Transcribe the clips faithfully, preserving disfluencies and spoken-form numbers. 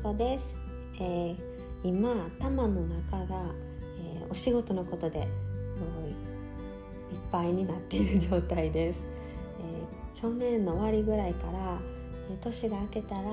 子です。えー、今頭の中が、えー、お仕事のことでいっぱいになっている状態です。えー、去年の終わりぐらいから、えー、年が明けたら、うん、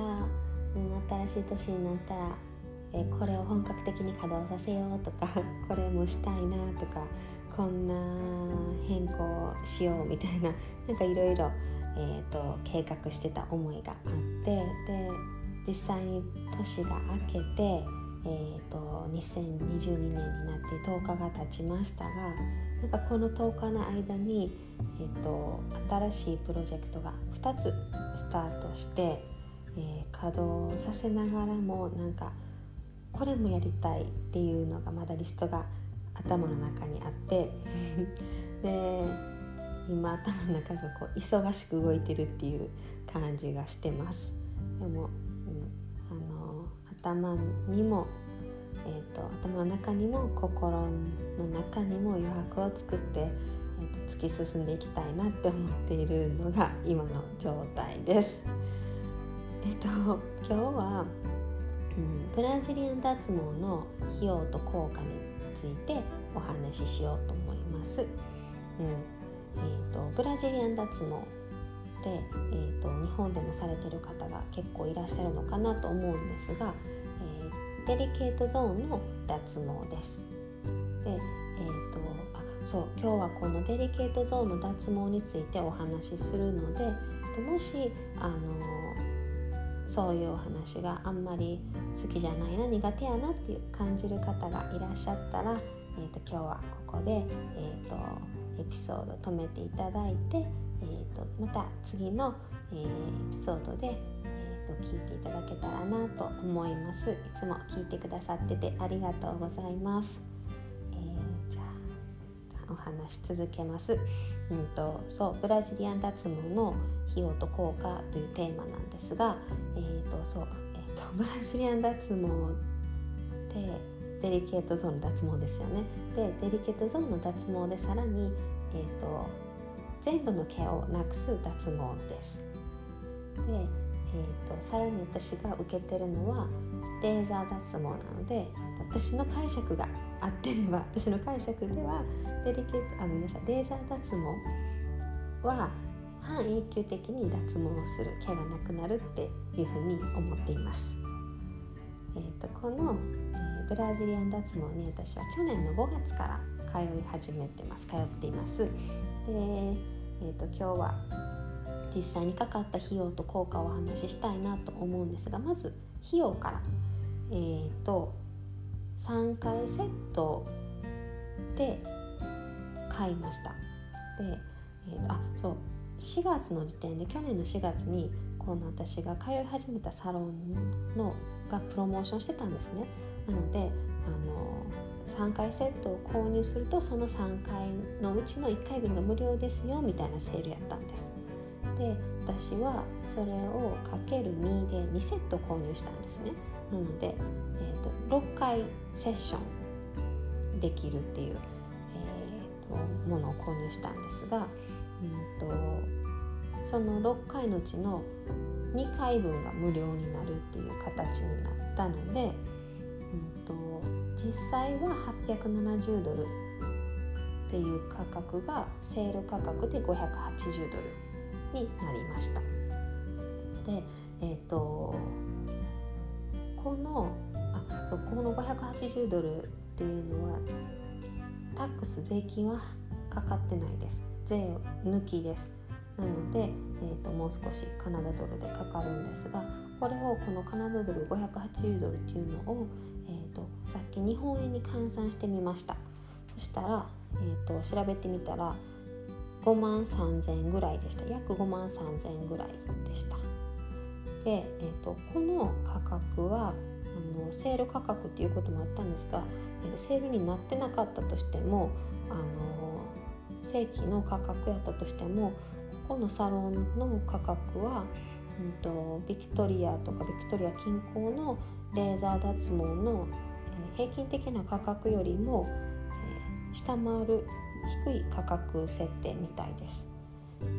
新しい年になったら、えー、これを本格的に稼働させようとかこれもしたいなとか、こんな変更しようみたいな、なんかいろいろえーと計画してた思いがあって、で実際に年が明けて、えーとにせんにじゅうにねんになってとおかが経ちましたが、なんかこのとおかの間に、えーと新しいプロジェクトがふたつスタートして、えー、稼働させながらもなんかこれもやりたいっていうのがまだリストが頭の中にあってで今頭の中がこう忙しく動いてるっていう感じがしてます。でも、うん、あの頭にも、えーと、頭の中にも心の中にも余白を作って、えーと、突き進んでいきたいなって思っているのが今の状態です。えっ、ー、と今日は、うん、ブラジリアン脱毛の費用と効果についてお話ししようと思います。うんえー、とブラジリアン脱毛で、えー、と日本でもされている方が結構いらっしゃるのかなと思うんですが、えー、デリケートゾーンの脱毛です。で、えー、とあそう今日はこのデリケートゾーンの脱毛についてお話しするので、もし、あのー、そういうお話があんまり好きじゃないな、苦手やなっていう感じる方がいらっしゃったら、えー、と今日はここで、えーとエピソード止めていただいて、えー、とまた次の、えー、エピソードで、えー、と聞いていただけたらなと思います。いつも聞いてくださっててありがとうございます。えー、じゃあお話し続けます。うんとそうブラジリアン脱毛の費用と効果というテーマなんですが、えーとそうえー、とブラジリアン脱毛でデリケートゾーンの脱毛ですよね。で、デリケートゾーンの脱毛でさらに、えーと、全部の毛をなくす脱毛です。で、えーと、さらに私が受けてるのはレーザー脱毛なので、私の解釈が合ってれば、私の解釈ではデリケートあの皆さんレーザー脱毛は半永久的に脱毛をする、毛がなくなるっていうふうに思っています。えーと、このブラジリアン脱毛に私は去年のごがつから通い始めてます通っていますで、えー、と今日は実際にかかった費用と効果をお話ししたいなと思うんですが、まず費用から、えー、とさんかいセットで買いました。で、えー、とあそうしがつの時点で去年のしがつにこの私が通い始めたサロンのがプロモーションしてたんですね。なのであのさんかいセットを購入するとそのさんかいのうちのいっかいぶんが無料ですよみたいなセールやったんです。で私はそれをかけるにでにセット購入したんですね。なので、えー、とろっかいセッションできるっていう、えー、とものを購入したんですが、うんとそのろっかいのうちのにかいぶんが無料になるっていう形になったので、うんと、実際ははっぴゃくななじゅうドルっていう価格がセール価格でごひゃくはちじゅうドルになりました。で、えっとこのあそうこのごひゃくはちじゅうドルっていうのはタックス税金はかかってないです。税抜きです。なので、えー、ともう少しカナダドルでかかるんですが、これをこのカナダドルごひゃくはちじゅうドルっていうのを、えー、とさっき日本円に換算してみました。そしたら、えー、と調べてみたらごまんさんぜんえんぐらいでした。約ごまんさんぜんえんぐらいでした。で、えー、とこの価格はあのセール価格っていうこともあったんですが、えー、とセールになってなかったとしても、あの正規の価格やったとしても、ここのサロンの価格は、うんと、ビクトリアとかビクトリア近郊のレーザー脱毛の、えー、平均的な価格よりも、えー、下回る低い価格設定みたいです。で、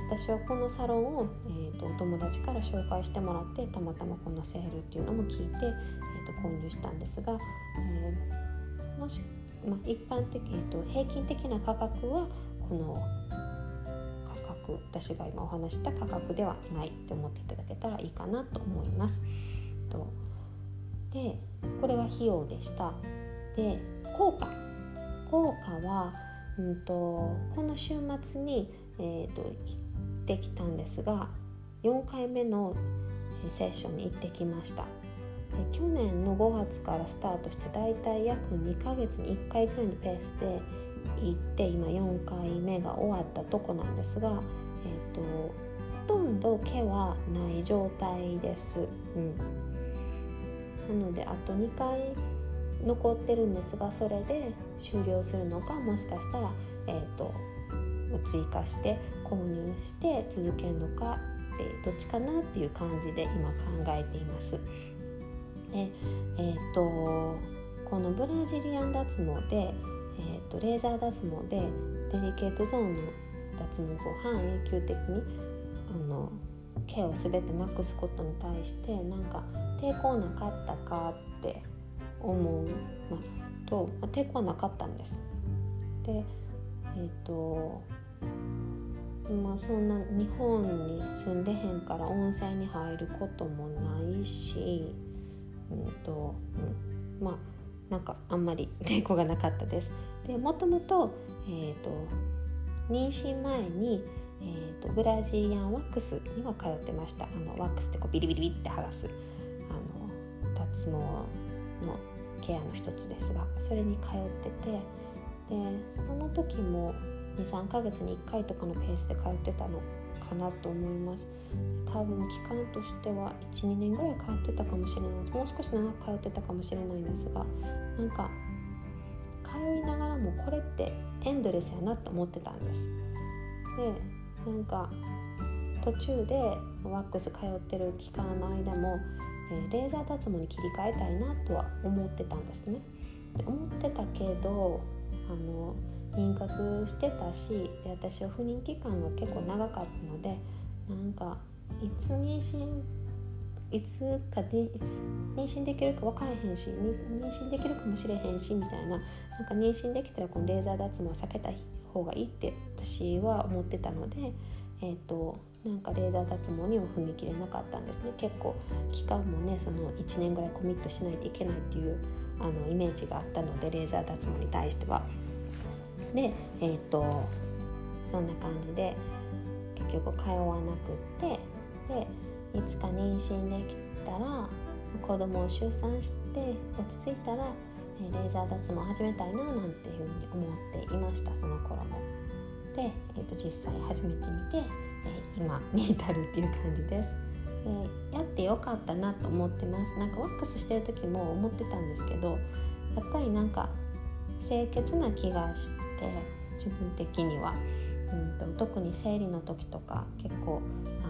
私はこのサロンを、えー、とお友達から紹介してもらってたまたまこのセールっていうのも聞いて、えー、と購入したんですが、えー、もし、まあ、一般的、えー、と平均的な価格はこの価格、私が今お話した価格ではないって思っていただけたらいいかなと思います。とでこれが費用でした。で効果効果は、うんと、この週末に、えー、と行ってきたんですが、よんかいめのセッションに行ってきました。で去年のごがつからスタートしてだいたい約にかげつにいっかいくらいのペースで行って、今よんかいめが終わったとこなんですが、えー、とほとんど毛はない状態です、うん、なのであとにかい残ってるんですが、それで終了するのか、もしかしたら、えー、と追加して購入して続けるのかってどっちかなっていう感じで今考えています。で、えー、とこのブラジリアン脱毛で、えー、とレーザー脱毛でデリケートゾーンの脱毛を半永久的にあの毛を全てなくすことに対してなんか抵抗なかったかって思う、まあ、と、まあ、抵抗はなかったんです。で、えっと、まあそんな日本に住んでへんから温泉に入ることもないし、うんと、うん、まあなんかあんまり抵抗がなかったです。で、もともと、えっと、妊娠前に、えー、とブラジリアンワックスには通ってました。あのワックスってこうビリビリビリって剥がすあの脱毛のケアの一つですが、それに通ってて、でその時も にさんかげつにいっかいとかのペースで通ってたのかなと思います。多分期間としてはいち、にねんぐらい通ってたかもしれないです。もう少し長く通ってたかもしれないんですが、なんか通いながらもこれってエンドレスやなと思ってたんです。でなんか途中でワックス通ってる期間の間も、えー、レーザー脱毛に切り替えたいなとは思ってたんですね。で思ってたけどあの妊活してたし、で私は不妊期間が結構長かったので、なんかいつ妊娠いつかでいつ妊娠できるか分からへんし、妊娠できるかもしれへんしみたいな、なんか妊娠できたらこのレーザー脱毛は避けた方がいいって私は思ってたので、えーと、なんかレーザー脱毛には踏み切れなかったんですね。結構期間もね、そのいちねんぐらいコミットしないといけないっていうあのイメージがあったので、レーザー脱毛に対しては。で、えーと、そんな感じで結局通わなくって、でいつか妊娠できたら子供を出産して落ち着いたらレーザー脱毛始めたいななんていうふうに思っていました、その頃も。で、えー、と実際始めてみて、えー、今に至るっていう感じです。でやってよかったなと思ってます。なんかワックスしてる時も思ってたんですけど、やっぱりなんか清潔な気がして自分的には、うんと、特に生理の時とか結構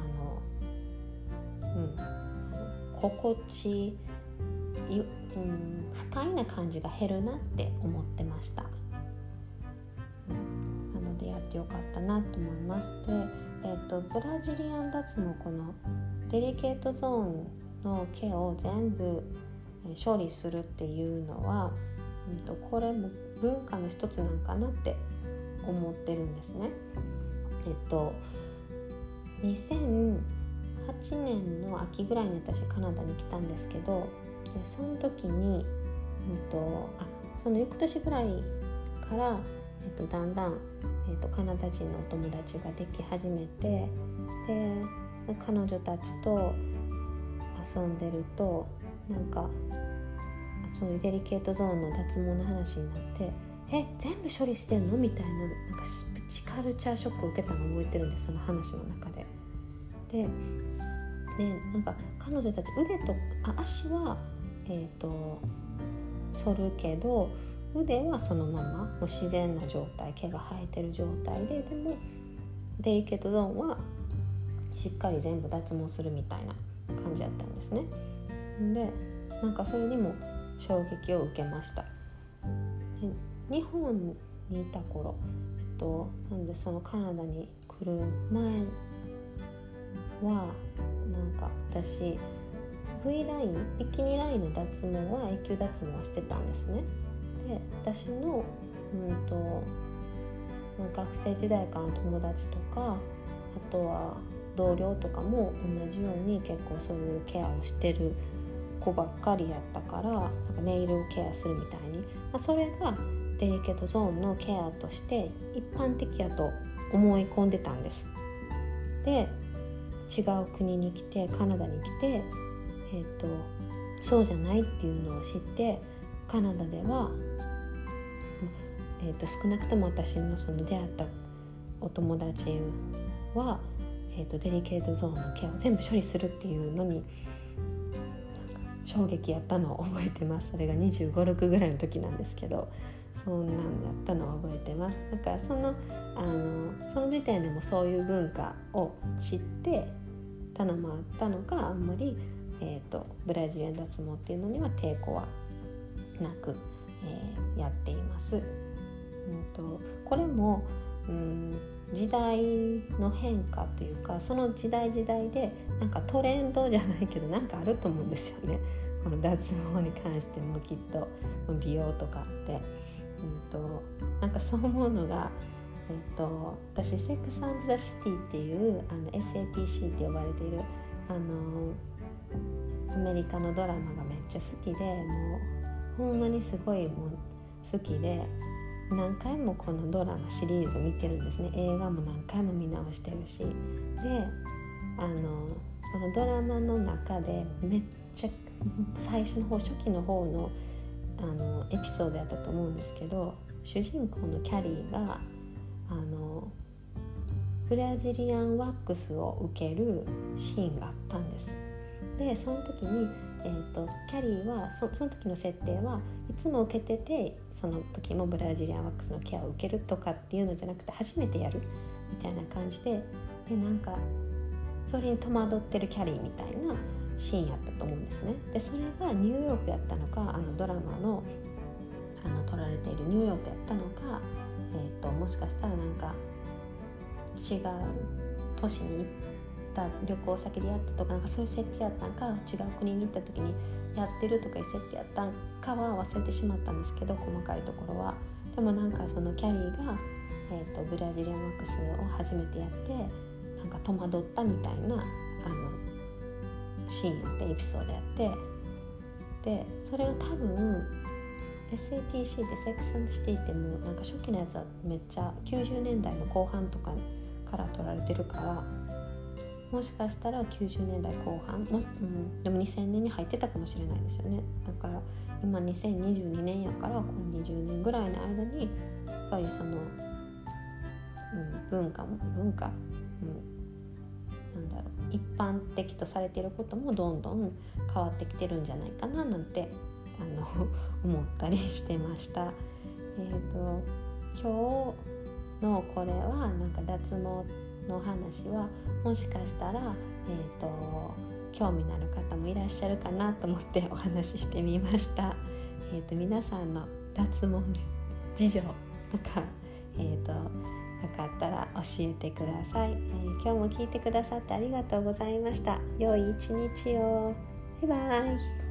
あの、うん、心地い、うん、不快な感じが減るなって思ってました。なのでやってよかったなと思います。で、えーと、ブラジリアン脱毛、このデリケートゾーンの毛を全部処理するっていうのは、うんと、これも文化の一つなんかなって思ってるんですね。えっとにせんはちねんの秋ぐらいに私カナダに来たんですけど、でその時に、うんと、あその翌年ぐらいから、えっと、だんだん、えっと、カナダ人のお友達ができ始めて、で彼女たちと遊んでると、なんかそういうデリケートゾーンの脱毛の話になって、え全部処理してんのみたいな、なんかプチカルチャーショックを受けたのを覚えてるんです、その話の中で。で、でなんか彼女たち腕とあ足は、えーと、剃るけど腕はそのままもう自然な状態、毛が生えてる状態で、でもデリケートゾーンはしっかり全部脱毛するみたいな感じだったんですね。でなんかそれにも衝撃を受けました。で日本にいた頃、えっと、なんでそのカナダに来る前はなんか私 V ライン、ビキニラインの脱毛は永久脱毛はしてたんですね。で私の、うんと、学生時代からの友達とか、あとは同僚とかも同じように結構そういうケアをしてる子ばっかりやったから、なんかネイルをケアするみたいに、まあ、それがデリケートゾーンのケアとして一般的やと思い込んでたんです。で違う国に来て、カナダに来て、えーと、そうじゃないっていうのを知って、カナダでは、えーと、少なくとも私のその出会ったお友達は、えーと、デリケートゾーンのケアを全部処理するっていうのに衝撃やったのを覚えてます。それがにじゅうご、ろくぐらいの時なんですけど、そんなんやったのを覚えてます。だからその、あのその時点でもそういう文化を知ってたのもあったのか、あんまり、えーと、ブラジリアン脱毛っていうのには抵抗はなく、えー、やっています。うんと、これも、うん、時代の変化というか、その時代時代でなんかトレンドじゃないけどなんかあると思うんですよね。この脱毛に関してもきっと美容とかって、うんと、なんかそう思うのが、えっと、私セックス&ザ・シティっていうあの エスエーティーシー って呼ばれているあのアメリカのドラマがめっちゃ好きで、もうほんまにすごいもう好きで、何回もこのドラマシリーズ見てるんですね。映画も何回も見直してるし、であのこのドラマの中でめっちゃ最初の方、初期の方のあのエピソードやったと思うんですけど、主人公のキャリーがあのブラジリアンワックスを受けるシーンがあったんです。でその時に、えーと、キャリーは そ, その時の設定はいつも受けてて、その時もブラジリアンワックスのケアを受けるとかっていうのじゃなくて初めてやるみたいな感じで、でなんかそれに戸惑ってるキャリーみたいなシーンやったと思うんですね。でそれがニューヨークやったのか、あのドラマのあの撮られているニューヨークやったのか、えーと、もしかしたらなんか違う都市に行った旅行先でやったとか、なんかそういう設定やったんか、違う国に行った時にやってるとかいう設定やったんかは忘れてしまったんですけど、細かいところは。でもなんかそのキャリーが、えーと、ブラジリアンワックスを初めてやってなんか戸惑ったみたいなあのシーンやって、エピソードやって、でそれが多分 エスエーティーシー ってセックス&シティってもうなんか初期のやつはめっちゃきゅうじゅうねんだいの後半とかから撮られてるから、もしかしたらきゅうじゅうねんだいこう半も、うん、でもにせんねんに入ってたかもしれないですよね。だから今にせんにじゅうにねんやから、このにじゅうねんぐらいの間にやっぱりその、うん、文化も文化、うん、なんだろう、一般的とされていることもどんどん変わってきてるんじゃないかななんてあの思ったりしてました。えーと、今日のこれはなんか脱毛の話はもしかしたら、えーと、興味のある方もいらっしゃるかなと思ってお話ししてみました。えーと、皆さんの脱毛事情とか、えーと、よかったら教えてください。えー、今日も聞いてくださってありがとうございました。良い一日を。バイバイ。